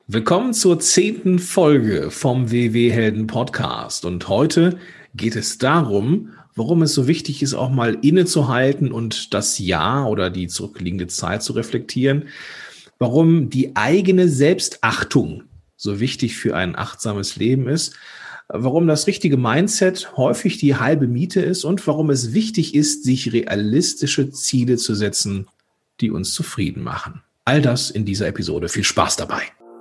Willkommen zur 10. Folge vom WW-Helden Podcast. Und heute geht es darum, warum es so wichtig ist, auch mal innezuhalten und das Jahr oder die zurückliegende Zeit zu reflektieren. Warum die eigene Selbstachtung so wichtig für ein achtsames Leben ist. Warum das richtige Mindset häufig die halbe Miete ist und warum es wichtig ist, sich realistische Ziele zu setzen, die uns zufrieden machen. All das in dieser Episode. Viel Spaß dabei.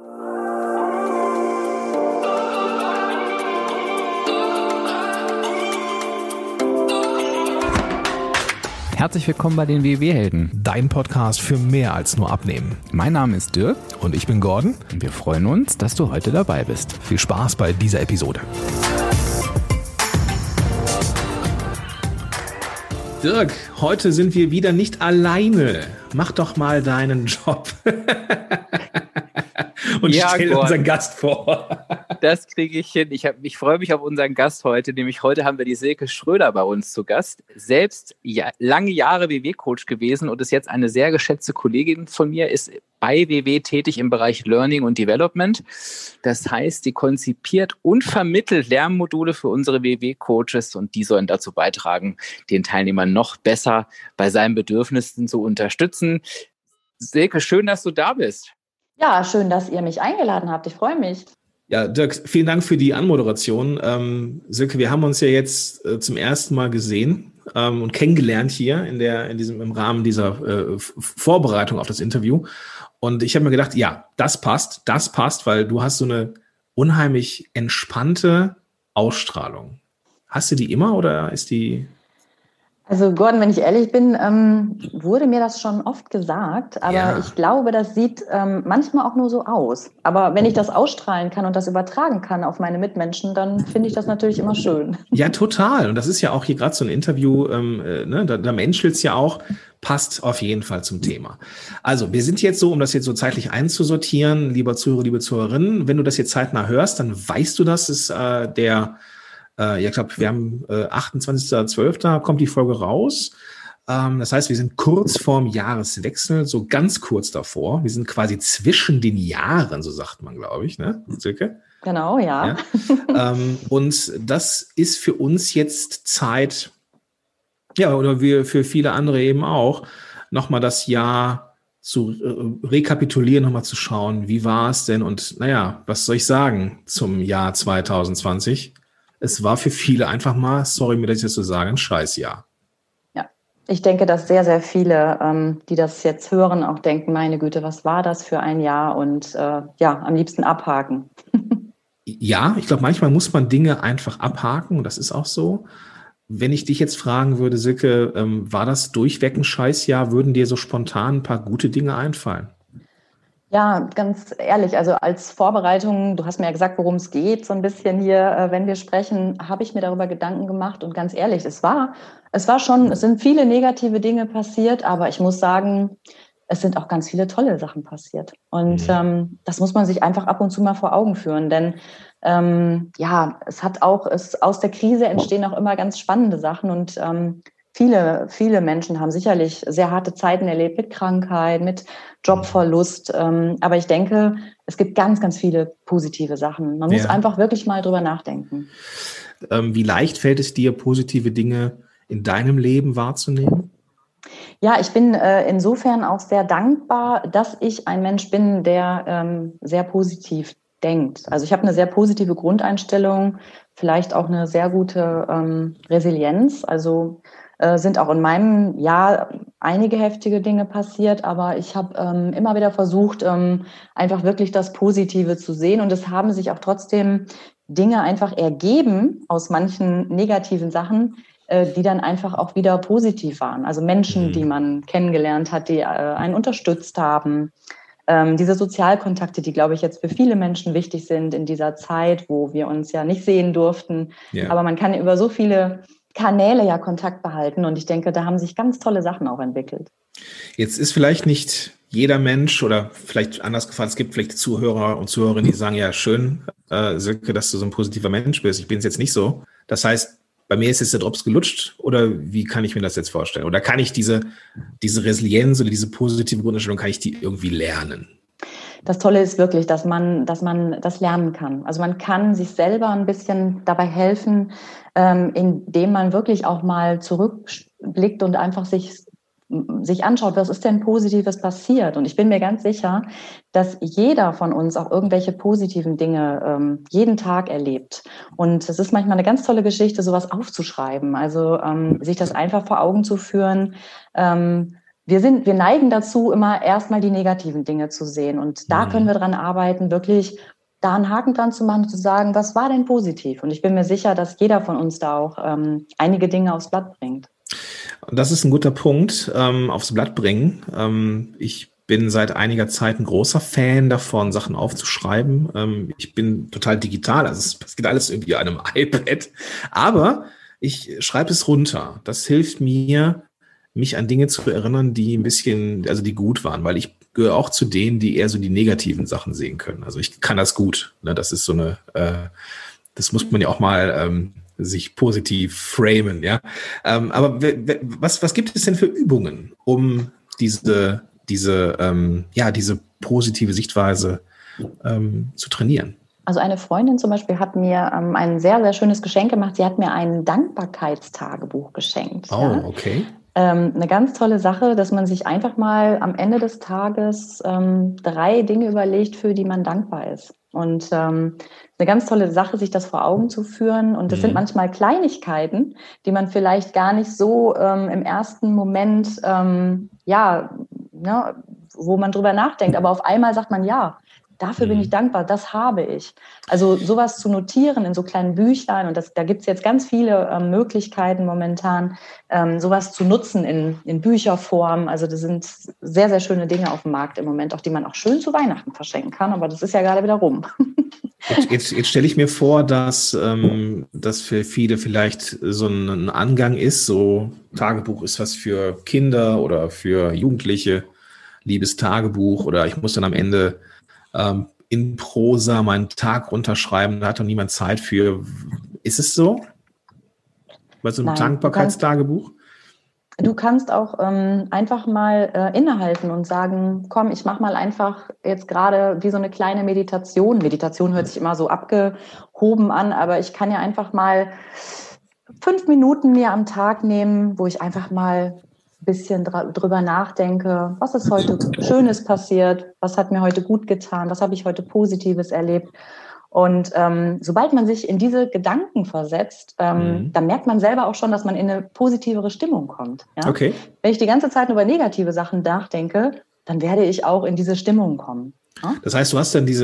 Herzlich willkommen bei den WW-Helden. Dein Podcast für mehr als nur Abnehmen. Mein Name ist Dirk. Und ich bin Gordon. Und wir freuen uns, dass du heute dabei bist. Viel Spaß bei dieser Episode. Dirk, heute sind wir wieder nicht alleine. Mach doch mal deinen Job. Und stell unseren Gast vor. Das kriege ich hin. Ich freue mich auf unseren Gast heute. Nämlich heute haben wir die Silke Schröder bei uns zu Gast. Selbst lange Jahre WW-Coach gewesen und ist jetzt eine sehr geschätzte Kollegin von mir, ist bei WW tätig im Bereich Learning und Development. Das heißt, sie konzipiert und vermittelt Lernmodule für unsere WW-Coaches und die sollen dazu beitragen, den Teilnehmern noch besser bei seinen Bedürfnissen zu unterstützen. Silke, schön, dass du da bist. Ja, schön, dass ihr mich eingeladen habt. Ich freue mich. Ja, Dirk, vielen Dank für die Anmoderation. Silke, wir haben uns ja jetzt zum ersten Mal gesehen und kennengelernt hier im Rahmen dieser Vorbereitung auf das Interview. Und ich habe mir gedacht, ja, das passt, weil du hast so eine unheimlich entspannte Ausstrahlung. Hast du die immer oder ist die... Also Gordon, wenn ich ehrlich bin, wurde mir das schon oft gesagt, aber Ich glaube, das sieht manchmal auch nur so aus. Aber wenn ich das ausstrahlen kann und das übertragen kann auf meine Mitmenschen, dann finde ich das natürlich immer schön. Ja, total. Und das ist ja auch hier gerade so ein Interview, da menschelt es ja auch, passt auf jeden Fall zum Thema. Also wir sind jetzt so, um das jetzt so zeitlich einzusortieren, lieber Zuhörer, liebe Zuhörerinnen, wenn du das jetzt zeitnah hörst, dann weißt du, dass es ich glaube, wir haben 28.12. kommt die Folge raus. Das heißt, wir sind kurz vorm Jahreswechsel, so ganz kurz davor. Wir sind quasi zwischen den Jahren, so sagt man, glaube ich, ne, Silke? Genau, ja. Und das ist für uns jetzt Zeit, ja, oder für viele andere eben auch, nochmal das Jahr zu rekapitulieren, nochmal zu schauen, wie war es denn? Und naja, was soll ich sagen zum Jahr 2020? Es war für viele einfach mal, sorry mir das jetzt so sagen, ein Scheißjahr. Ja, ich denke, dass sehr, sehr viele, die das jetzt hören, auch denken, meine Güte, was war das für ein Jahr? Und am liebsten abhaken. Ja, ich glaube, manchmal muss man Dinge einfach abhaken und das ist auch so. Wenn ich dich jetzt fragen würde, Silke, war das durchweg ein Scheißjahr, würden dir so spontan ein paar gute Dinge einfallen? Ja, ganz ehrlich, also als Vorbereitung, du hast mir ja gesagt, worum es geht, so ein bisschen hier, wenn wir sprechen, habe ich mir darüber Gedanken gemacht und ganz ehrlich, es sind viele negative Dinge passiert, aber ich muss sagen, es sind auch ganz viele tolle Sachen passiert und das muss man sich einfach ab und zu mal vor Augen führen, denn aus der Krise entstehen auch immer ganz spannende Sachen und viele Menschen haben sicherlich sehr harte Zeiten erlebt mit Krankheit, mit Jobverlust. Aber ich denke, es gibt ganz, ganz viele positive Sachen. Man muss einfach wirklich mal drüber nachdenken. Wie leicht fällt es dir, positive Dinge in deinem Leben wahrzunehmen? Ja, ich bin insofern auch sehr dankbar, dass ich ein Mensch bin, der sehr positiv denkt. Also ich habe eine sehr positive Grundeinstellung, vielleicht auch eine sehr gute Resilienz. Also sind auch in meinem Jahr einige heftige Dinge passiert, aber ich habe immer wieder versucht, einfach wirklich das Positive zu sehen und es haben sich auch trotzdem Dinge einfach ergeben aus manchen negativen Sachen, die dann einfach auch wieder positiv waren. Also Menschen, die man kennengelernt hat, die einen unterstützt haben. Diese Sozialkontakte, die, glaube ich, jetzt für viele Menschen wichtig sind in dieser Zeit, wo wir uns ja nicht sehen durften. Ja. Aber man kann über so viele Kanäle ja Kontakt behalten und ich denke, da haben sich ganz tolle Sachen auch entwickelt. Jetzt ist vielleicht nicht jeder Mensch oder vielleicht anders gefragt, es gibt vielleicht Zuhörer und Zuhörerinnen, die sagen, ja schön, Silke, dass du so ein positiver Mensch bist. Ich bin es jetzt nicht so. Das heißt, bei mir ist jetzt der Drops gelutscht oder wie kann ich mir das jetzt vorstellen? Oder kann ich diese Resilienz oder diese positive Grundeinstellung, kann ich die irgendwie lernen? Das Tolle ist wirklich, dass man das lernen kann. Also man kann sich selber ein bisschen dabei helfen, indem man wirklich auch mal zurückblickt und einfach sich anschaut, was ist denn Positives passiert. Und ich bin mir ganz sicher, dass jeder von uns auch irgendwelche positiven Dinge jeden Tag erlebt. Und es ist manchmal eine ganz tolle Geschichte, sowas aufzuschreiben. Also sich das einfach vor Augen zu führen. Wir neigen dazu, immer erstmal die negativen Dinge zu sehen. Und da können wir dran arbeiten, wirklich da einen Haken dran zu machen und zu sagen, was war denn positiv? Und ich bin mir sicher, dass jeder von uns da auch einige Dinge aufs Blatt bringt. Das ist ein guter Punkt, aufs Blatt bringen. Ich bin seit einiger Zeit ein großer Fan davon, Sachen aufzuschreiben. Ich bin total digital, also es geht alles irgendwie an einem iPad. Aber ich schreibe es runter. Das hilft mir, mich an Dinge zu erinnern, die ein bisschen, also die gut waren, weil ich gehöre auch zu denen, die eher so die negativen Sachen sehen können. Also ich kann das gut. Ne? Das ist so eine, das muss man ja auch mal sich positiv framen, ja. Aber was gibt es denn für Übungen, um diese positive Sichtweise zu trainieren? Also eine Freundin zum Beispiel hat mir ein sehr, sehr schönes Geschenk gemacht. Sie hat mir ein Dankbarkeitstagebuch geschenkt. Oh, ja? Okay. Eine ganz tolle Sache, dass man sich einfach mal am Ende des Tages 3 Dinge überlegt, für die man dankbar ist. Und eine ganz tolle Sache, sich das vor Augen zu führen. Und das sind manchmal Kleinigkeiten, die man vielleicht gar nicht so im ersten Moment, wo man drüber nachdenkt. Aber auf einmal sagt man, ja, dafür bin ich dankbar, das habe ich. Also sowas zu notieren in so kleinen Büchlein, und da gibt es jetzt ganz viele Möglichkeiten momentan, sowas zu nutzen in Bücherform. Also das sind sehr, sehr schöne Dinge auf dem Markt im Moment, auch die man auch schön zu Weihnachten verschenken kann, aber das ist ja gerade wieder rum. Jetzt stelle ich mir vor, dass das für viele vielleicht so ein Angang ist, so Tagebuch ist was für Kinder oder für Jugendliche, liebes Tagebuch, oder ich muss dann am Ende in Prosa meinen Tag runterschreiben, da hat doch niemand Zeit für. Ist es so? Bei so einem Dankbarkeitstagebuch? Du kannst auch einfach mal innehalten und sagen, komm, ich mache mal einfach jetzt gerade wie so eine kleine Meditation. Meditation hört sich immer so abgehoben an, aber ich kann ja einfach mal 5 Minuten mir am Tag nehmen, wo ich einfach mal bisschen drüber nachdenke, was ist heute Schönes passiert, was hat mir heute gut getan, was habe ich heute Positives erlebt. Und sobald man sich in diese Gedanken versetzt, dann merkt man selber auch schon, dass man in eine positivere Stimmung kommt. Ja? Okay. Wenn ich die ganze Zeit über negative Sachen nachdenke, dann werde ich auch in diese Stimmung kommen. Ja? Das heißt,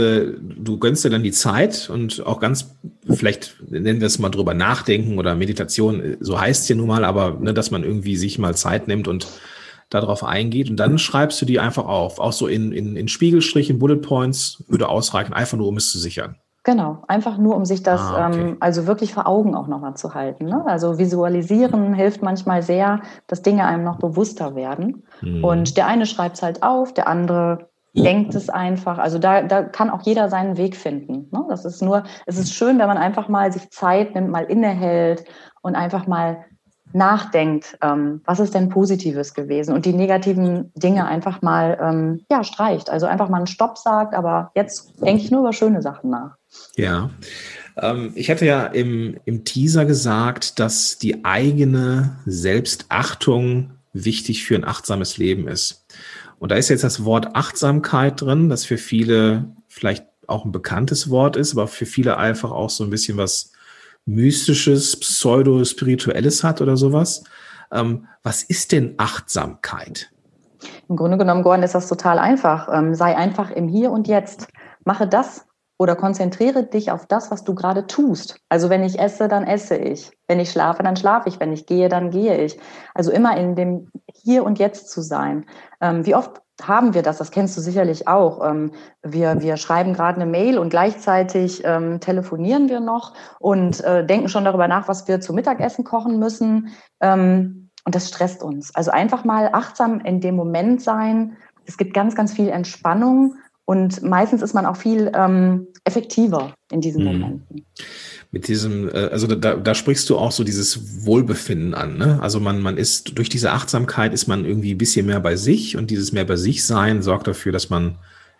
du gönnst dir dann die Zeit und auch ganz, vielleicht nennen wir es mal drüber nachdenken oder Meditation, so heißt es ja nun mal, aber ne, dass man irgendwie sich mal Zeit nimmt und darauf eingeht, und dann schreibst du die einfach auf. Auch so in Spiegelstrichen, Bullet Points würde ausreichen, einfach nur, um es zu sichern. Genau, einfach nur, um sich das also wirklich vor Augen auch nochmal zu halten. Ne? Also visualisieren hilft manchmal sehr, dass Dinge einem noch bewusster werden. Und der eine schreibt es halt auf, der andere denkt es einfach. Also da kann auch jeder seinen Weg finden. Ne? Es ist schön, wenn man einfach mal sich Zeit nimmt, mal innehält und einfach mal nachdenkt, was ist denn Positives gewesen, und die negativen Dinge einfach mal streicht. Also einfach mal einen Stopp sagt, aber jetzt denke ich nur über schöne Sachen nach. Ja, ich hatte ja im Teaser gesagt, dass die eigene Selbstachtung wichtig für ein achtsames Leben ist. Und da ist jetzt das Wort Achtsamkeit drin, das für viele vielleicht auch ein bekanntes Wort ist, aber für viele einfach auch so ein bisschen was Mystisches, Pseudo-Spirituelles hat oder sowas. Was ist denn Achtsamkeit? Im Grunde genommen, Gordon, ist das total einfach. Sei einfach im Hier und Jetzt. Mache das oder konzentriere dich auf das, was du gerade tust. Also wenn ich esse, dann esse ich. Wenn ich schlafe, dann schlafe ich. Wenn ich gehe, dann gehe ich. Also immer in dem Hier und Jetzt zu sein. Wie oft haben wir das? Das kennst du sicherlich auch. Wir schreiben gerade eine Mail und gleichzeitig telefonieren wir noch und denken schon darüber nach, was wir zu Mittagessen kochen müssen. Und das stresst uns. Also einfach mal achtsam in dem Moment sein. Es gibt ganz, ganz viel Entspannung. Und meistens ist man auch viel effektiver in diesen Momenten. Mit diesem, also da sprichst du auch so dieses Wohlbefinden an, ne? Also man ist, durch diese Achtsamkeit ist man irgendwie ein bisschen mehr bei sich, und dieses mehr bei sich sein sorgt dafür, dass man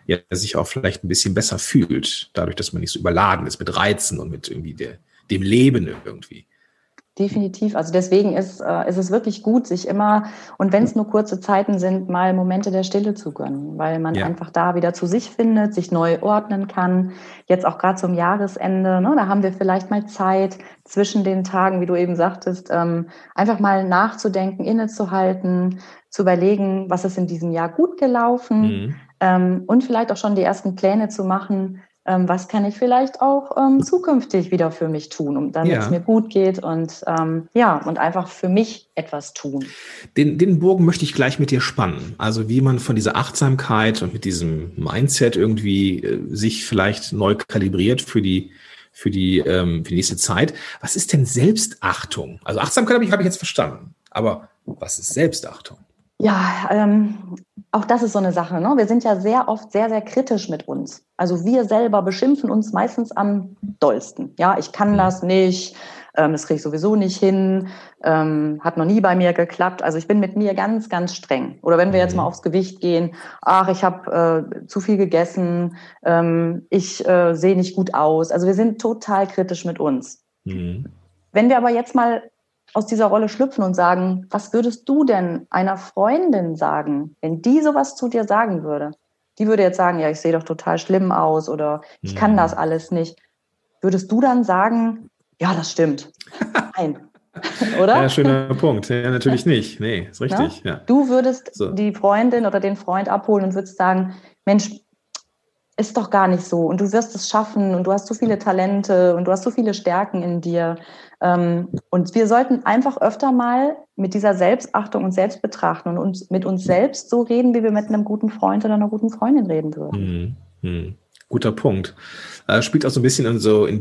ja sich auch vielleicht ein bisschen besser fühlt, dadurch, dass man nicht so überladen ist mit Reizen und mit irgendwie dem Leben irgendwie. Definitiv. Also deswegen ist es wirklich gut, sich immer, und wenn es nur kurze Zeiten sind, mal Momente der Stille zu gönnen, weil man einfach da wieder zu sich findet, sich neu ordnen kann. Jetzt auch gerade zum Jahresende, ne, da haben wir vielleicht mal Zeit zwischen den Tagen, wie du eben sagtest, einfach mal nachzudenken, innezuhalten, zu überlegen, was ist in diesem Jahr gut gelaufen, und vielleicht auch schon die ersten Pläne zu machen, was kann ich vielleicht auch zukünftig wieder für mich tun, damit es mir gut geht und und einfach für mich etwas tun. Den Bogen möchte ich gleich mit dir spannen. Also wie man von dieser Achtsamkeit und mit diesem Mindset irgendwie sich vielleicht neu kalibriert für die nächste Zeit. Was ist denn Selbstachtung? Also Achtsamkeit habe ich jetzt verstanden. Aber was ist Selbstachtung? Ja, auch das ist so eine Sache, ne? Wir sind ja sehr oft sehr, sehr kritisch mit uns. Also wir selber beschimpfen uns meistens am dollsten. Ja, ich kann das nicht, das kriege ich sowieso nicht hin, hat noch nie bei mir geklappt. Also ich bin mit mir ganz, ganz streng. Oder wenn wir jetzt mal aufs Gewicht gehen, ich habe zu viel gegessen, ich sehe nicht gut aus. Also wir sind total kritisch mit uns. Wenn wir aber jetzt mal aus dieser Rolle schlüpfen und sagen, was würdest du denn einer Freundin sagen, wenn die sowas zu dir sagen würde? Die würde jetzt sagen, ja, ich sehe doch total schlimm aus oder ich kann das alles nicht. Würdest du dann sagen, ja, das stimmt? Nein. Oder? Ja, schöner Punkt. Ja, natürlich nicht. Nee, ist richtig. Ja. Du würdest die Freundin oder den Freund abholen und würdest sagen, Mensch, ist doch gar nicht so und du wirst es schaffen und du hast so viele Talente und du hast so viele Stärken in dir. Und wir sollten einfach öfter mal mit dieser Selbstachtung und Selbstbetrachtung und uns mit uns selbst so reden, wie wir mit einem guten Freund oder einer guten Freundin reden würden. Guter Punkt. Spielt auch so ein bisschen in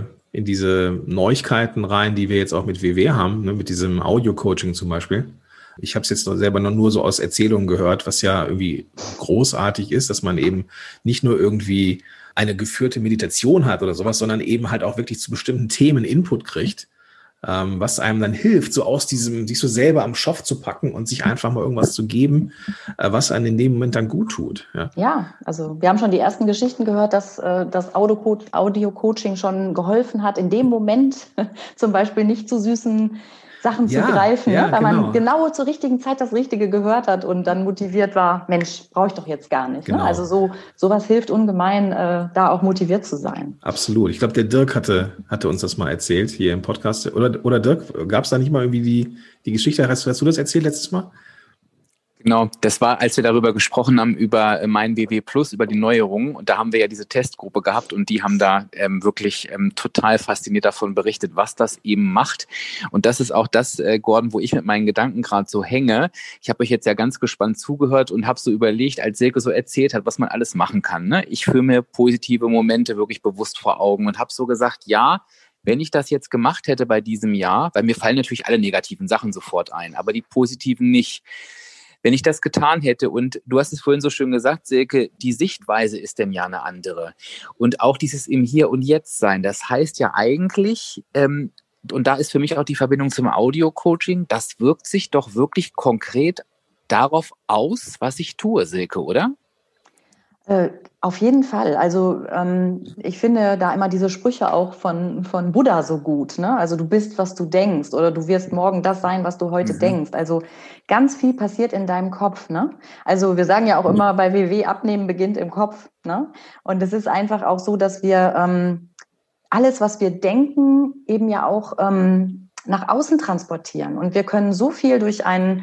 diese Neuigkeiten rein, die wir jetzt auch mit WW haben, ne, mit diesem Audio-Coaching zum Beispiel. Ich habe es jetzt selber nur so aus Erzählungen gehört, was ja irgendwie großartig ist, dass man eben nicht nur irgendwie eine geführte Meditation hat oder sowas, sondern eben halt auch wirklich zu bestimmten Themen Input kriegt, was einem dann hilft, so aus diesem, sich so selber am Schopf zu packen und sich einfach mal irgendwas zu geben, was einem in dem Moment dann gut tut. Ja, also wir haben schon die ersten Geschichten gehört, dass das Audio-Coaching schon geholfen hat, in dem Moment zum Beispiel nicht zu süßen Sachen zu greifen, weil man genau zur richtigen Zeit das Richtige gehört hat und dann motiviert war, Mensch, brauche ich doch jetzt gar nicht. Genau. Ne? Also sowas hilft ungemein, da auch motiviert zu sein. Absolut. Ich glaube, der Dirk hatte uns das mal erzählt hier im Podcast. Oder Dirk, gab es da nicht mal irgendwie die Geschichte, hast du das erzählt letztes Mal? Genau, das war, als wir darüber gesprochen haben, über mein WW Plus, über die Neuerungen. Und da haben wir ja diese Testgruppe gehabt und die haben da wirklich total fasziniert davon berichtet, was das eben macht. Und das ist auch das, Gordon, wo ich mit meinen Gedanken gerade so hänge. Ich habe euch jetzt ja ganz gespannt zugehört und habe so überlegt, als Silke so erzählt hat, was man alles machen kann. Ne? Ich führe mir positive Momente wirklich bewusst vor Augen und habe so gesagt, ja, wenn ich das jetzt gemacht hätte bei diesem Jahr, weil mir fallen natürlich alle negativen Sachen sofort ein, aber die positiven nicht. Wenn ich das getan hätte, und du hast es vorhin so schön gesagt, Silke, die Sichtweise ist denn ja eine andere. Und auch dieses im Hier und Jetzt sein, das heißt ja eigentlich, und da ist für mich auch die Verbindung zum Audio-Coaching, das wirkt sich doch wirklich konkret darauf aus, was ich tue, Silke, oder? Auf jeden Fall. Also ich finde da immer diese Sprüche auch von Buddha so gut. Ne? Also du bist, was du denkst oder du wirst morgen das sein, was du heute denkst. Also ganz viel passiert in deinem Kopf. Ne? Also wir sagen ja auch immer bei WW, Abnehmen beginnt im Kopf. Ne? Und es ist einfach auch so, dass wir alles, was wir denken, eben ja auch nach außen transportieren. Und wir können so viel durch eine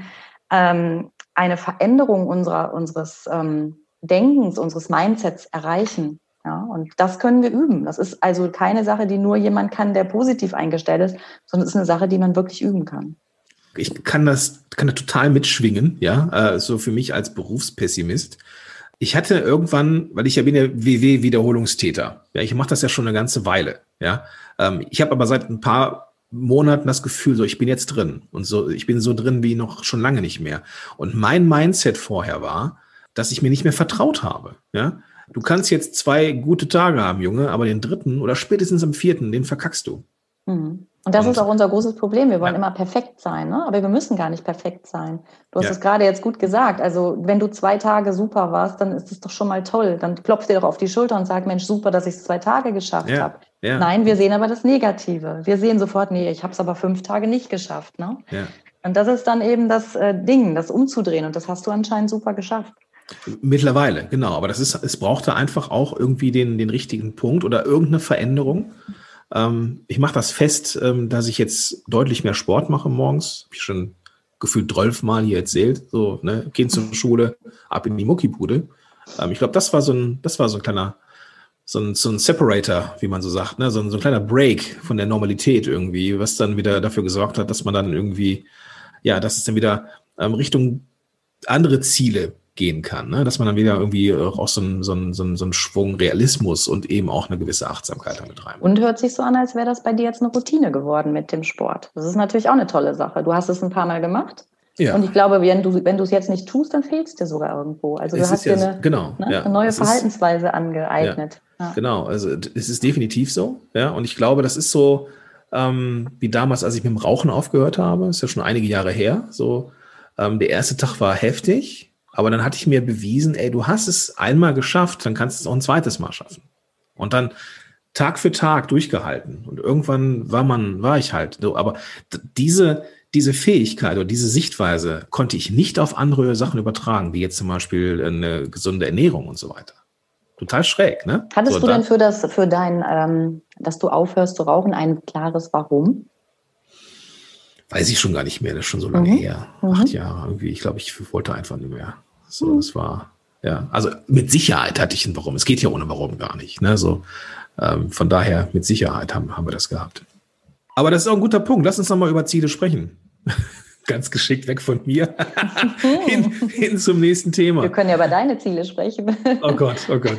Veränderung unseres Denkens, unseres Mindsets erreichen. Ja, und das können wir üben. Das ist also keine Sache, die nur jemand kann, der positiv eingestellt ist, sondern es ist eine Sache, die man wirklich üben kann. Ich kann da total mitschwingen, so für mich als Berufspessimist. Ich hatte irgendwann, weil ich ja bin ja WW-Wiederholungstäter. Ja, ich mache das ja schon eine ganze Weile. Ja, ich habe aber seit ein paar Monaten das Gefühl, so ich bin jetzt drin und so ich bin so drin wie noch schon lange nicht mehr. Und mein Mindset vorher war, dass ich mir nicht mehr vertraut habe. Ja? Du kannst jetzt 2 gute Tage haben, Junge, aber den 3. oder spätestens am 4., den verkackst du. Und das ist auch unser großes Problem. Wir wollen immer perfekt sein, ne? Aber wir müssen gar nicht perfekt sein. Du hast es gerade jetzt gut gesagt. Also wenn du 2 Tage super warst, dann ist das doch schon mal toll. Dann klopft dir doch auf die Schulter und sagt, Mensch, super, dass ich es 2 Tage geschafft habe. Ja. Nein, wir sehen aber das Negative. Wir sehen sofort, nee, ich habe es aber 5 Tage nicht geschafft. Ne? Ja. Und das ist dann eben das Ding, das umzudrehen. Und das hast du anscheinend super geschafft. Mittlerweile, genau. Aber es brauchte einfach auch irgendwie den richtigen Punkt oder irgendeine Veränderung. Ich mache das fest, dass ich jetzt deutlich mehr Sport mache morgens. Habe ich schon gefühlt 12 Mal hier erzählt. So, ne, gehen zur Schule, ab in die Muckibude. Ich glaube, das war so ein kleiner, so ein Separator, wie man so sagt, ne? So ein kleiner Break von der Normalität irgendwie, was dann wieder dafür gesorgt hat, dass man dann irgendwie, dass es dann wieder Richtung andere Ziele gehen kann, ne? Dass man dann wieder irgendwie auch so einen Schwung Realismus und eben auch eine gewisse Achtsamkeit damit rein. Und hört sich so an, als wäre das bei dir jetzt eine Routine geworden mit dem Sport. Das ist natürlich auch eine tolle Sache. Du hast es ein paar Mal gemacht. Ja. Und ich glaube, wenn du es jetzt nicht tust, dann fehlt es dir sogar irgendwo. Also du hast dir eine neue Verhaltensweise angeeignet. Ja. Genau, also es ist definitiv so. Ja, und ich glaube, das ist so wie damals, als ich mit dem Rauchen aufgehört habe. Ist ja schon einige Jahre her. So, der erste Tag war heftig. Aber dann hatte ich mir bewiesen, du hast es einmal geschafft, dann kannst du es auch ein zweites Mal schaffen. Und dann Tag für Tag durchgehalten. Und irgendwann war ich halt so. Aber diese Fähigkeit oder diese Sichtweise konnte ich nicht auf andere Sachen übertragen, wie jetzt zum Beispiel eine gesunde Ernährung und so weiter. Total schräg, ne? Hattest du denn dass du aufhörst zu rauchen, ein klares Warum? Weiß ich schon gar nicht mehr, das ist schon so lange her. 8 Jahre irgendwie. Ich glaube, ich wollte einfach nicht mehr. So, das war, also mit Sicherheit hatte ich ein Warum. Es geht ja ohne Warum gar nicht. Ne? So, von daher, mit Sicherheit haben wir das gehabt. Aber das ist auch ein guter Punkt. Lass uns nochmal über Ziele sprechen. Ganz geschickt weg von mir. hin zum nächsten Thema. Wir können ja über deine Ziele sprechen. Oh Gott.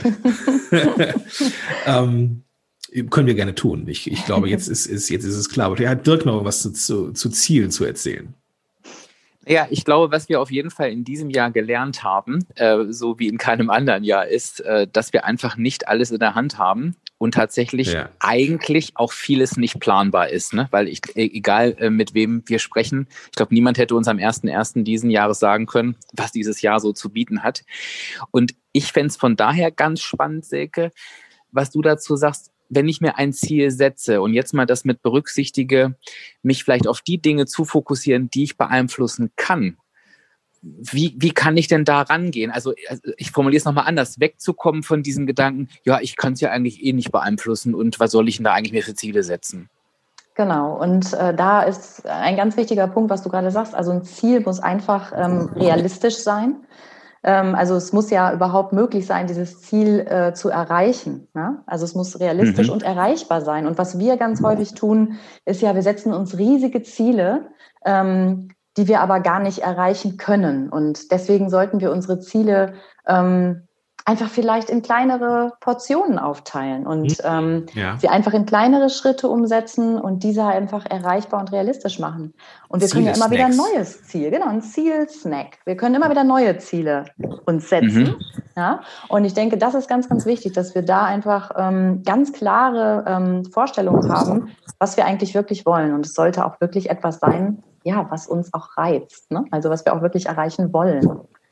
Können wir gerne tun. Ich glaube, jetzt ist es klar. Aber hat Dirk noch was zu Zielen zu erzählen? Ja, ich glaube, was wir auf jeden Fall in diesem Jahr gelernt haben, so wie in keinem anderen Jahr, ist, dass wir einfach nicht alles in der Hand haben und tatsächlich eigentlich auch vieles nicht planbar ist, ne? Weil egal mit wem wir sprechen, ich glaube, niemand hätte uns am 1.1. diesen Jahres sagen können, was dieses Jahr so zu bieten hat. Und ich fände es von daher ganz spannend, Silke, was du dazu sagst, wenn ich mir ein Ziel setze und jetzt mal das mit berücksichtige, mich vielleicht auf die Dinge zu fokussieren, die ich beeinflussen kann. Wie kann ich denn da rangehen? Also ich formuliere es nochmal anders, wegzukommen von diesem Gedanken, ich kann es ja eigentlich nicht beeinflussen und was soll ich denn da eigentlich mir für Ziele setzen? Genau, und da ist ein ganz wichtiger Punkt, was du gerade sagst. Also ein Ziel muss einfach realistisch sein. Also es muss ja überhaupt möglich sein, dieses Ziel zu erreichen. Ne? Also es muss realistisch und erreichbar sein. Und was wir ganz häufig tun, ist wir setzen uns riesige Ziele, die wir aber gar nicht erreichen können. Und deswegen sollten wir unsere Ziele einfach vielleicht in kleinere Portionen aufteilen und sie einfach in kleinere Schritte umsetzen und diese einfach erreichbar und realistisch machen. Und wir können ja immer wieder ein neues Ziel, ein Ziel-Snack. Wir können immer wieder neue Ziele uns setzen. Ja? Und ich denke, das ist ganz, ganz wichtig, dass wir da einfach ganz klare Vorstellungen haben, was wir eigentlich wirklich wollen. Und es sollte auch wirklich etwas sein, was uns auch reizt, ne? Also was wir auch wirklich erreichen wollen.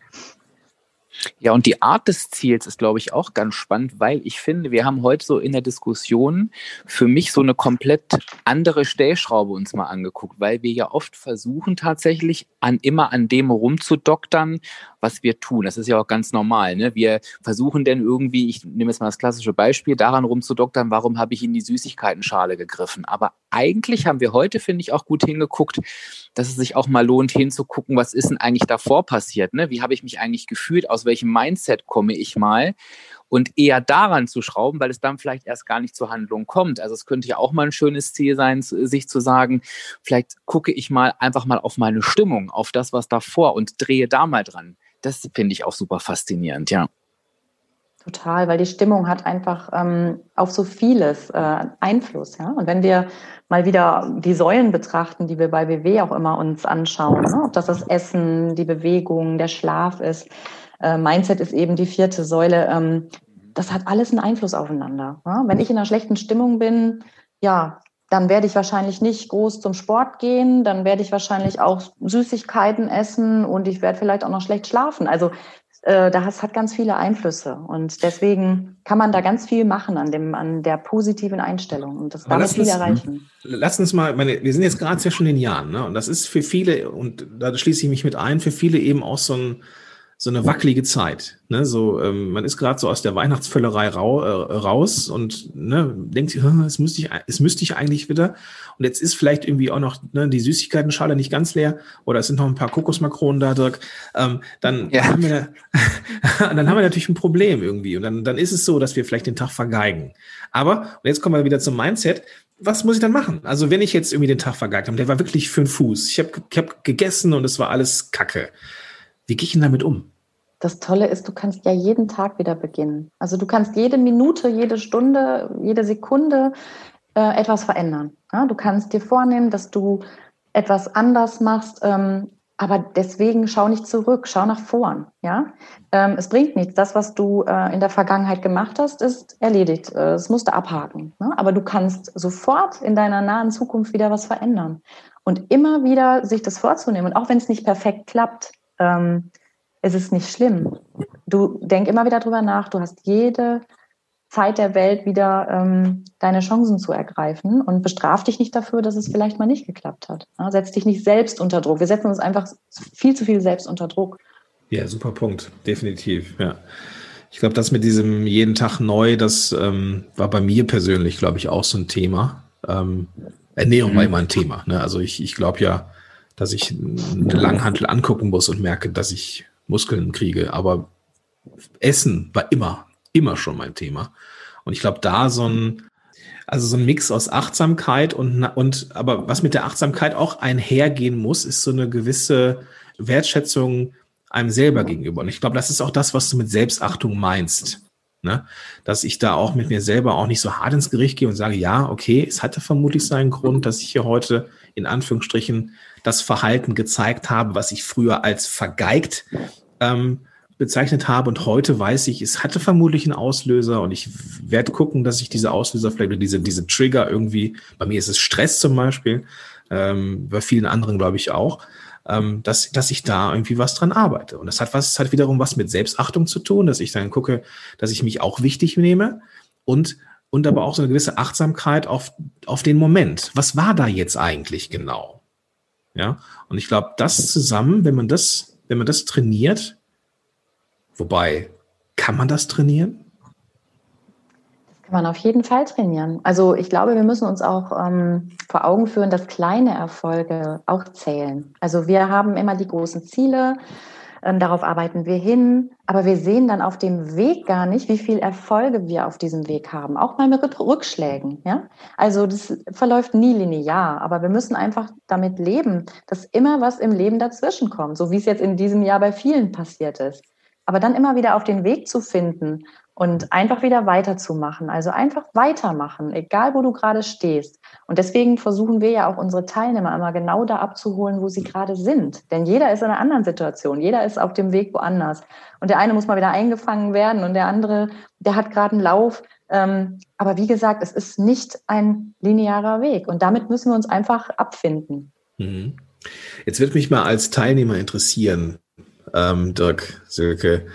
Ja, und die Art des Ziels ist, glaube ich, auch ganz spannend, weil ich finde, wir haben heute so in der Diskussion für mich so eine komplett andere Stellschraube uns mal angeguckt, weil wir ja oft versuchen tatsächlich immer an dem rumzudoktern, was wir tun. Das ist ja auch ganz normal, ne? Wir versuchen denn irgendwie, ich nehme jetzt mal das klassische Beispiel, daran rumzudoktern, warum habe ich in die Süßigkeitenschale gegriffen? Aber eigentlich haben wir heute, finde ich, auch gut hingeguckt, dass es sich auch mal lohnt, hinzugucken, was ist denn eigentlich davor passiert? Ne? Wie habe ich mich eigentlich gefühlt? Aus welchem Mindset komme ich mal? Und eher daran zu schrauben, weil es dann vielleicht erst gar nicht zur Handlung kommt. Also es könnte ja auch mal ein schönes Ziel sein, sich zu sagen, vielleicht gucke ich mal einfach mal auf meine Stimmung, auf das, was davor und drehe da mal dran. Das finde ich auch super faszinierend, ja. Total, weil die Stimmung hat einfach auf so vieles Einfluss. Ja? Und wenn wir mal wieder die Säulen betrachten, die wir bei WW auch immer uns anschauen, ne? Ob das Essen, die Bewegung, der Schlaf ist, Mindset ist eben die 4. Das hat alles einen Einfluss aufeinander. Ja? Wenn ich in einer schlechten Stimmung bin, dann dann werde ich wahrscheinlich nicht groß zum Sport gehen, dann werde ich wahrscheinlich auch Süßigkeiten essen und ich werde vielleicht auch noch schlecht schlafen. Also das hat ganz viele Einflüsse und deswegen kann man da ganz viel machen an der positiven Einstellung und das damit viel erreichen. Lass uns mal, wir sind jetzt gerade zwischen den Jahren, ne? Und das ist für viele, und da schließe ich mich mit ein, für viele eben auch so eine wackelige Zeit. Ne? So, man ist gerade so aus der Weihnachtsvöllerei raus und ne, denkt sich, es müsste ich eigentlich wieder. Und jetzt ist vielleicht irgendwie auch noch die Süßigkeiten-Schale nicht ganz leer oder es sind noch ein paar Kokosmakronen da, Dirk. Dann haben wir natürlich ein Problem irgendwie. Und dann ist es so, dass wir vielleicht den Tag vergeigen. Aber, und jetzt kommen wir wieder zum Mindset, was muss ich dann machen? Also wenn ich jetzt irgendwie den Tag vergeigt habe, der war wirklich für den Fuß. Ich hab gegessen und es war alles Kacke. Wie gehe ich denn damit um? Das Tolle ist, du kannst ja jeden Tag wieder beginnen. Also du kannst jede Minute, jede Stunde, jede Sekunde etwas verändern. Ja? Du kannst dir vornehmen, dass du etwas anders machst, aber deswegen schau nicht zurück, schau nach vorn. Ja? Es bringt nichts. Das, was du in der Vergangenheit gemacht hast, ist erledigt. Das musst du abhaken. Ne? Aber du kannst sofort in deiner nahen Zukunft wieder was verändern. Und immer wieder sich das vorzunehmen. Und auch wenn es nicht perfekt klappt, es ist nicht schlimm. Du denk immer wieder drüber nach. Du hast jede Zeit der Welt wieder deine Chancen zu ergreifen und bestraf dich nicht dafür, dass es vielleicht mal nicht geklappt hat. Ja, setz dich nicht selbst unter Druck. Wir setzen uns einfach viel zu viel selbst unter Druck. Ja, super Punkt. Definitiv, ja. Ich glaube, das mit diesem jeden Tag neu, das war bei mir persönlich, glaube ich, auch so ein Thema. Ernährung war immer ein Thema. Ne? Also ich glaube ja, dass ich eine Langhantel angucken muss und merke, dass ich Muskeln kriege. Aber Essen war immer schon mein Thema. Und ich glaube, da so ein Mix aus Achtsamkeit aber was mit der Achtsamkeit auch einhergehen muss, ist so eine gewisse Wertschätzung einem selber gegenüber. Und ich glaube, das ist auch das, was du mit Selbstachtung meinst. Ne? Dass ich da auch mit mir selber auch nicht so hart ins Gericht gehe und sage, ja, okay, es hatte vermutlich seinen Grund, dass ich hier heute in Anführungsstrichen das Verhalten gezeigt habe, was ich früher als vergeigt bezeichnet habe. Und heute weiß ich, es hatte vermutlich einen Auslöser und ich werde gucken, dass ich diese Auslöser vielleicht diese Trigger irgendwie, bei mir ist es Stress zum Beispiel, bei vielen anderen glaube ich auch, dass ich da irgendwie was dran arbeite. Und das hat wiederum was mit Selbstachtung zu tun, dass ich dann gucke, dass ich mich auch wichtig nehme und aber auch so eine gewisse Achtsamkeit auf den Moment. Was war da jetzt eigentlich genau? Ja, und ich glaube, das zusammen, wenn man das trainiert, wobei, kann man das trainieren? Das kann man auf jeden Fall trainieren. Also ich glaube, wir müssen uns auch vor Augen führen, dass kleine Erfolge auch zählen. Also wir haben immer die großen Ziele, darauf arbeiten wir hin, aber wir sehen dann auf dem Weg gar nicht, wie viel Erfolge wir auf diesem Weg haben, auch mal mit Rückschlägen. Ja? Also das verläuft nie linear, aber wir müssen einfach damit leben, dass immer was im Leben dazwischen kommt, so wie es jetzt in diesem Jahr bei vielen passiert ist. Aber dann immer wieder auf den Weg zu finden und einfach wieder weiterzumachen, also einfach weitermachen, egal wo du gerade stehst. Und deswegen versuchen wir ja auch unsere Teilnehmer immer genau da abzuholen, wo sie gerade sind. Denn jeder ist in einer anderen Situation, jeder ist auf dem Weg woanders. Und der eine muss mal wieder eingefangen werden und der andere, der hat gerade einen Lauf. Aber wie gesagt, es ist nicht ein linearer Weg und damit müssen wir uns einfach abfinden. Mhm. Jetzt würde mich mal als Teilnehmer interessieren, Dirk, Silke,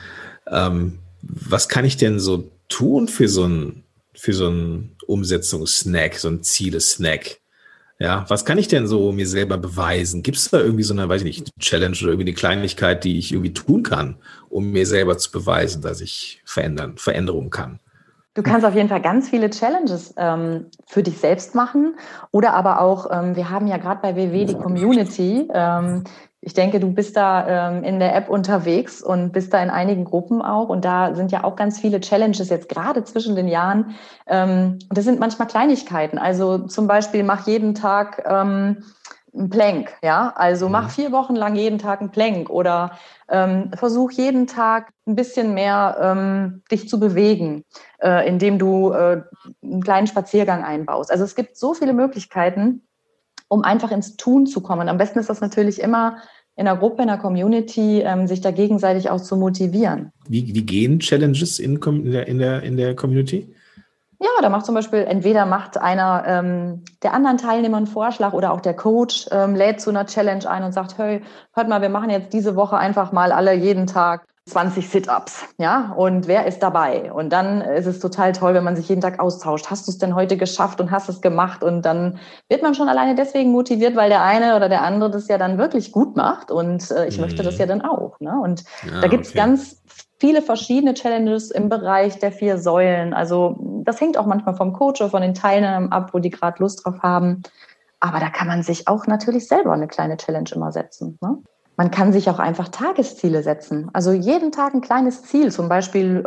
was kann ich denn so tun für so einen Umsetzungssnack, so ein Ziele-Snack? Ja, was kann ich denn so mir selber beweisen? Gibt es da irgendwie so eine, weiß ich nicht, Challenge oder irgendwie eine Kleinigkeit, die ich irgendwie tun kann, um mir selber zu beweisen, dass ich Veränderungen kann? Du kannst auf jeden Fall ganz viele Challenges für dich selbst machen oder aber auch, wir haben ja gerade bei WW die Community. Ich denke, du bist da in der App unterwegs und bist da in einigen Gruppen auch. Und da sind ja auch ganz viele Challenges jetzt gerade zwischen den Jahren. Und das sind manchmal Kleinigkeiten. Also zum Beispiel mach jeden Tag ein Plank. Ja, also mach 4 Wochen lang jeden Tag ein Plank oder versuch jeden Tag ein bisschen mehr dich zu bewegen, indem du einen kleinen Spaziergang einbaust. Also es gibt so viele Möglichkeiten, um einfach ins Tun zu kommen. Am besten ist das natürlich immer in der Gruppe, in der Community, sich da gegenseitig auch zu motivieren. Wie gehen Challenges in der Community? Ja, da macht zum Beispiel, entweder macht einer der anderen Teilnehmer einen Vorschlag oder auch der Coach lädt zu einer Challenge ein und sagt, hey, hört mal, wir machen jetzt diese Woche einfach mal alle jeden Tag 20 Sit-Ups, ja, und wer ist dabei? Und dann ist es total toll, wenn man sich jeden Tag austauscht. Hast du es denn heute geschafft und hast es gemacht? Und dann wird man schon alleine deswegen motiviert, weil der eine oder der andere das ja dann wirklich gut macht und ich möchte das ja dann auch, ne? Und da gibt's ganz viele verschiedene Challenges im Bereich der 4 Säulen. Also das hängt auch manchmal vom Coach oder von den Teilnehmern ab, wo die gerade Lust drauf haben. Aber da kann man sich auch natürlich selber eine kleine Challenge immer setzen, ne? Man kann sich auch einfach Tagesziele setzen. Also jeden Tag ein kleines Ziel. Zum Beispiel,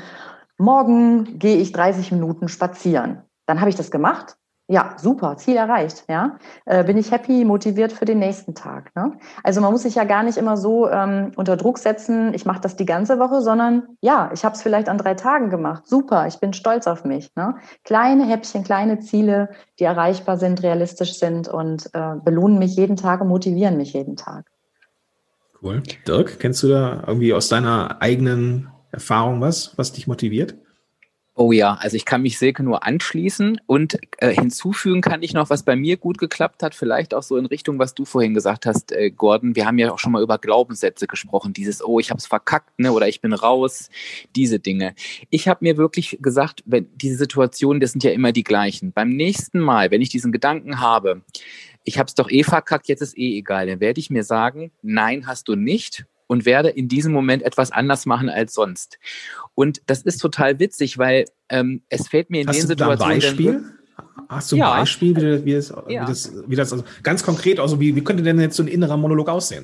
morgen gehe ich 30 Minuten spazieren. Dann habe ich das gemacht. Ja, super, Ziel erreicht. Ja, bin ich happy, motiviert für den nächsten Tag. Ne? Also man muss sich ja gar nicht immer so unter Druck setzen, ich mache das die ganze Woche, sondern ja, ich habe es vielleicht an 3 Tagen gemacht. Super, ich bin stolz auf mich. Ne? Kleine Häppchen, kleine Ziele, die erreichbar sind, realistisch sind und belohnen mich jeden Tag und motivieren mich jeden Tag. Cool. Dirk, kennst du da irgendwie aus deiner eigenen Erfahrung was dich motiviert? Oh ja, also ich kann mich Silke nur anschließen und hinzufügen kann ich noch, was bei mir gut geklappt hat, vielleicht auch so in Richtung, was du vorhin gesagt hast, Gordon. Wir haben ja auch schon mal über Glaubenssätze gesprochen, dieses, oh, ich habe es verkackt, ne, oder ich bin raus, diese Dinge. Ich habe mir wirklich gesagt, wenn diese Situationen, das sind ja immer die gleichen. Beim nächsten Mal, wenn ich diesen Gedanken habe, ich habe es doch verkackt, jetzt ist egal, dann werde ich mir sagen, nein, hast du nicht. Und werde in diesem Moment etwas anders machen als sonst. Und das ist total witzig, weil es fällt mir in den Situationen... Hast du ein Beispiel, wie das also ganz konkret, also wie könnte denn jetzt so ein innerer Monolog aussehen?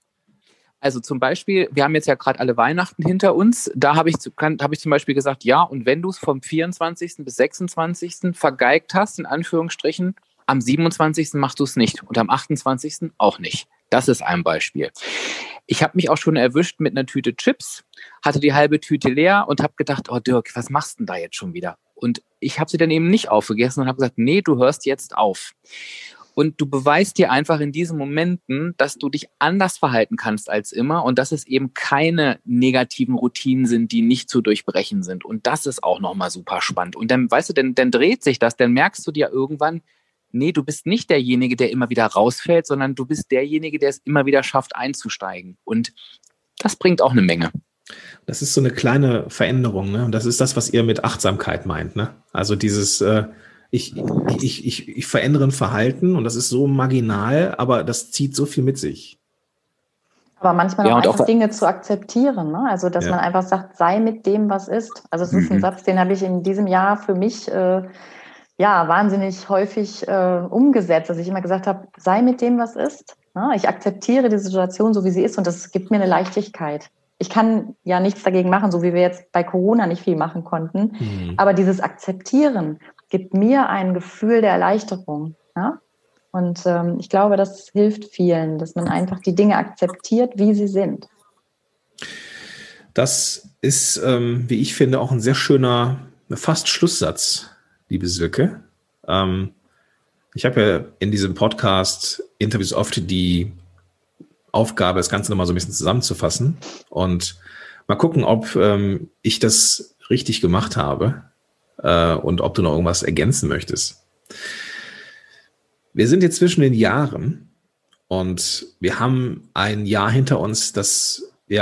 Also zum Beispiel, wir haben jetzt ja gerade alle Weihnachten hinter uns, da habe ich zum Beispiel gesagt, ja, und wenn du es vom 24. bis 26. vergeigt hast, in Anführungsstrichen, am 27. machst du es nicht und am 28. auch nicht. Das ist ein Beispiel. Ich habe mich auch schon erwischt mit einer Tüte Chips, hatte die halbe Tüte leer und habe gedacht, oh Dirk, was machst du denn da jetzt schon wieder? Und ich habe sie dann eben nicht aufgegessen und habe gesagt, nee, du hörst jetzt auf. Und du beweist dir einfach in diesen Momenten, dass du dich anders verhalten kannst als immer und dass es eben keine negativen Routinen sind, die nicht zu durchbrechen sind. Und das ist auch nochmal super spannend. Und dann, weißt du, dann dreht sich das, dann merkst du dir irgendwann, nee, du bist nicht derjenige, der immer wieder rausfällt, sondern du bist derjenige, der es immer wieder schafft, einzusteigen. Und das bringt auch eine Menge. Das ist so eine kleine Veränderung, ne? Und das ist das, was ihr mit Achtsamkeit meint, ne? Also dieses, ich verändere ein Verhalten und das ist so marginal, aber das zieht so viel mit sich. Aber manchmal auch einfach Dinge zu akzeptieren, ne? Also, dass man einfach sagt, sei mit dem, was ist. Also, es ist ein Satz, den habe ich in diesem Jahr für mich wahnsinnig häufig umgesetzt, dass ich immer gesagt habe, sei mit dem, was ist. Ja, ich akzeptiere die Situation so, wie sie ist und das gibt mir eine Leichtigkeit. Ich kann ja nichts dagegen machen, so wie wir jetzt bei Corona nicht viel machen konnten. Aber dieses Akzeptieren gibt mir ein Gefühl der Erleichterung. Ja? Und ich glaube, das hilft vielen, dass man einfach die Dinge akzeptiert, wie sie sind. Das ist, wie ich finde, auch ein sehr schöner, fast Schlusssatz, liebe Silke. Ich habe ja in diesem Podcast Interviews oft die Aufgabe, das Ganze nochmal so ein bisschen zusammenzufassen und mal gucken, ob ich das richtig gemacht habe und ob du noch irgendwas ergänzen möchtest. Wir sind jetzt zwischen den Jahren und wir haben ein Jahr hinter uns, das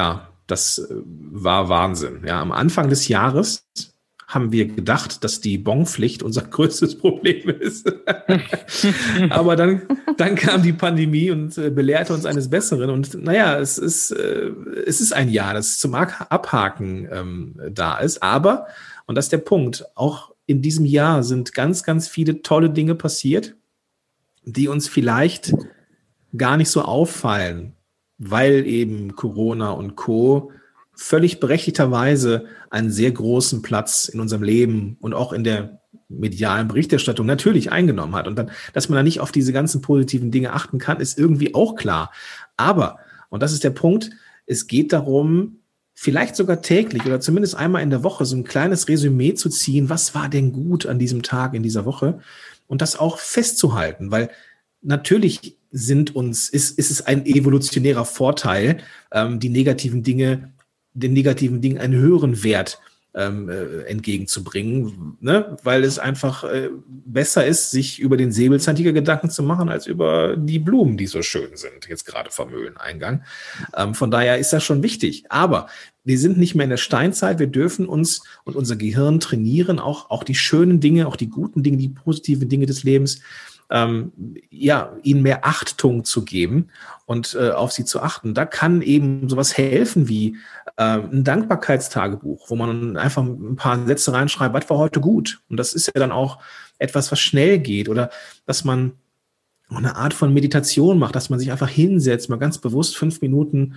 war Wahnsinn. Ja, am Anfang des Jahres haben wir gedacht, dass die Bonpflicht unser größtes Problem ist. Aber dann kam die Pandemie und belehrte uns eines Besseren. Und naja, es ist ein Jahr, das zum Abhaken da ist. Aber, und das ist der Punkt, auch in diesem Jahr sind ganz, ganz viele tolle Dinge passiert, die uns vielleicht gar nicht so auffallen, weil eben Corona und Co. völlig berechtigterweise einen sehr großen Platz in unserem Leben und auch in der medialen Berichterstattung natürlich eingenommen hat. Und dann, dass man da nicht auf diese ganzen positiven Dinge achten kann, ist irgendwie auch klar. Aber, und das ist der Punkt, es geht darum, vielleicht sogar täglich oder zumindest einmal in der Woche so ein kleines Resümee zu ziehen, was war denn gut an diesem Tag, in dieser Woche und das auch festzuhalten, weil natürlich ist es ein evolutionärer Vorteil, den negativen Dingen einen höheren Wert entgegenzubringen, ne? Weil es einfach besser ist, sich über den Säbelzahntiger Gedanken zu machen, als über die Blumen, die so schön sind, jetzt gerade vom Höhleneingang. Von daher ist das schon wichtig. Aber wir sind nicht mehr in der Steinzeit. Wir dürfen uns und unser Gehirn trainieren, auch die schönen Dinge, auch die guten Dinge, die positiven Dinge des Lebens, ihnen mehr Achtung zu geben und auf sie zu achten. Da kann eben sowas helfen wie ein Dankbarkeitstagebuch, wo man einfach ein paar Sätze reinschreibt, was war heute gut? Und das ist ja dann auch etwas, was schnell geht, oder dass man eine Art von Meditation macht, dass man sich einfach hinsetzt, mal ganz bewusst 5 Minuten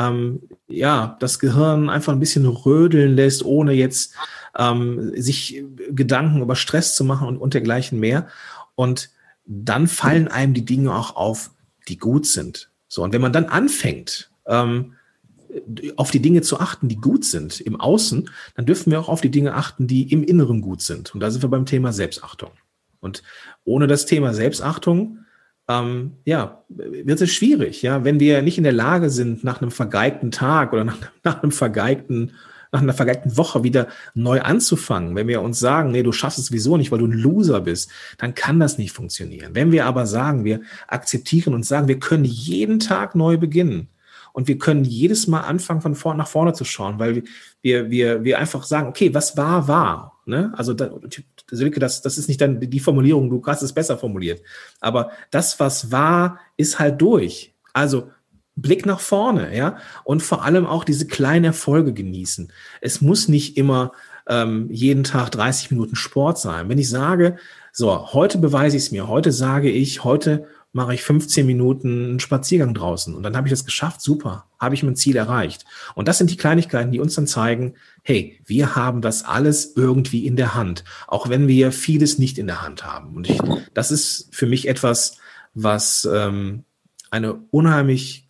das Gehirn einfach ein bisschen rödeln lässt, ohne jetzt sich Gedanken über Stress zu machen und dergleichen mehr. Und dann fallen einem die Dinge auch auf, die gut sind. So, und wenn man dann anfängt, auf die Dinge zu achten, die gut sind im Außen, dann dürfen wir auch auf die Dinge achten, die im Inneren gut sind. Und da sind wir beim Thema Selbstachtung. Und ohne das Thema Selbstachtung, wird es schwierig. Ja, wenn wir nicht in der Lage sind, nach einem vergeigten Tag oder nach einer vergeigten Woche wieder neu anzufangen, wenn wir uns sagen, nee, du schaffst es sowieso nicht, weil du ein Loser bist, dann kann das nicht funktionieren. Wenn wir aber sagen, wir akzeptieren und sagen, wir können jeden Tag neu beginnen und wir können jedes Mal anfangen, von vorne nach vorne zu schauen, weil wir einfach sagen, okay, was war. Ne? Also Silke, das ist nicht dann die Formulierung, du hast es besser formuliert. Aber das, was war, ist halt durch. Also Blick nach vorne, ja, und vor allem auch diese kleinen Erfolge genießen. Es muss nicht immer jeden Tag 30 Minuten Sport sein. Wenn ich sage, so, heute beweise ich es mir, heute mache ich 15 Minuten einen Spaziergang draußen und dann habe ich das geschafft, super, habe ich mein Ziel erreicht. Und das sind die Kleinigkeiten, die uns dann zeigen, hey, wir haben das alles irgendwie in der Hand, auch wenn wir vieles nicht in der Hand haben. Und das ist für mich etwas, was eine unheimlich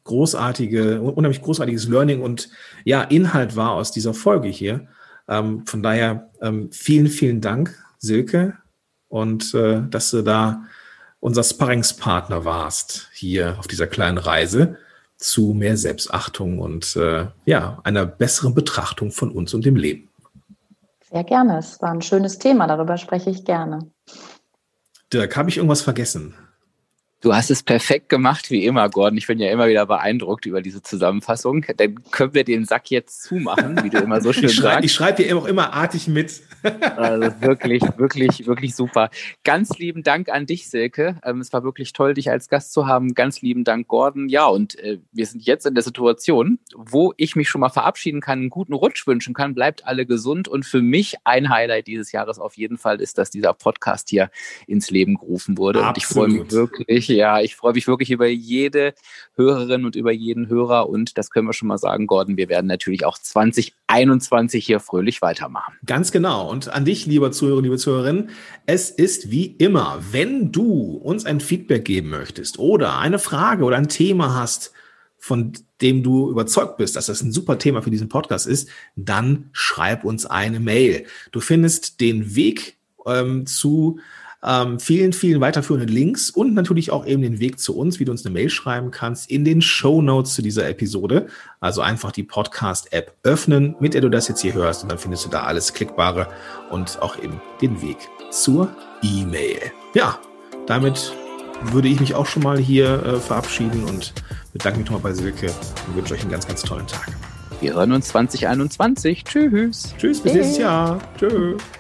großartiges Learning und Inhalt war aus dieser Folge hier. Von daher vielen, vielen Dank, Silke, und dass du da unser Sparringspartner warst hier auf dieser kleinen Reise zu mehr Selbstachtung und einer besseren Betrachtung von uns und dem Leben. Sehr gerne. Es war ein schönes Thema, darüber spreche ich gerne. Dirk, habe ich irgendwas vergessen? Du hast es perfekt gemacht, wie immer, Gordon. Ich bin ja immer wieder beeindruckt über diese Zusammenfassung. Dann können wir den Sack jetzt zumachen, wie du immer so schön sagst. Ich schreibe dir auch immer artig mit. Also wirklich, wirklich, wirklich super. Ganz lieben Dank an dich, Silke. Es war wirklich toll, dich als Gast zu haben. Ganz lieben Dank, Gordon. Ja, und wir sind jetzt in der Situation, wo ich mich schon mal verabschieden kann, einen guten Rutsch wünschen kann. Bleibt alle gesund. Und für mich ein Highlight dieses Jahres auf jeden Fall ist, dass dieser Podcast hier ins Leben gerufen wurde. Absolut. Und ich freue mich wirklich über jede Hörerin und über jeden Hörer. Und das können wir schon mal sagen, Gordon, wir werden natürlich auch 2021 hier fröhlich weitermachen. Ganz genau. Und an dich, lieber Zuhörer, liebe Zuhörerinnen, es ist wie immer, wenn du uns ein Feedback geben möchtest oder eine Frage oder ein Thema hast, von dem du überzeugt bist, dass das ein super Thema für diesen Podcast ist, dann schreib uns eine Mail. Du findest den Weg zu vielen, vielen weiterführenden Links und natürlich auch eben den Weg zu uns, wie du uns eine Mail schreiben kannst, in den Shownotes zu dieser Episode. Also einfach die Podcast-App öffnen, mit der du das jetzt hier hörst, und dann findest du da alles Klickbare und auch eben den Weg zur E-Mail. Ja, damit würde ich mich auch schon mal hier verabschieden und bedanke mich nochmal bei Silke und wünsche euch einen ganz, ganz tollen Tag. Wir hören uns 2021. Tschüss. Tschüss, bis nächstes Jahr. Tschüss.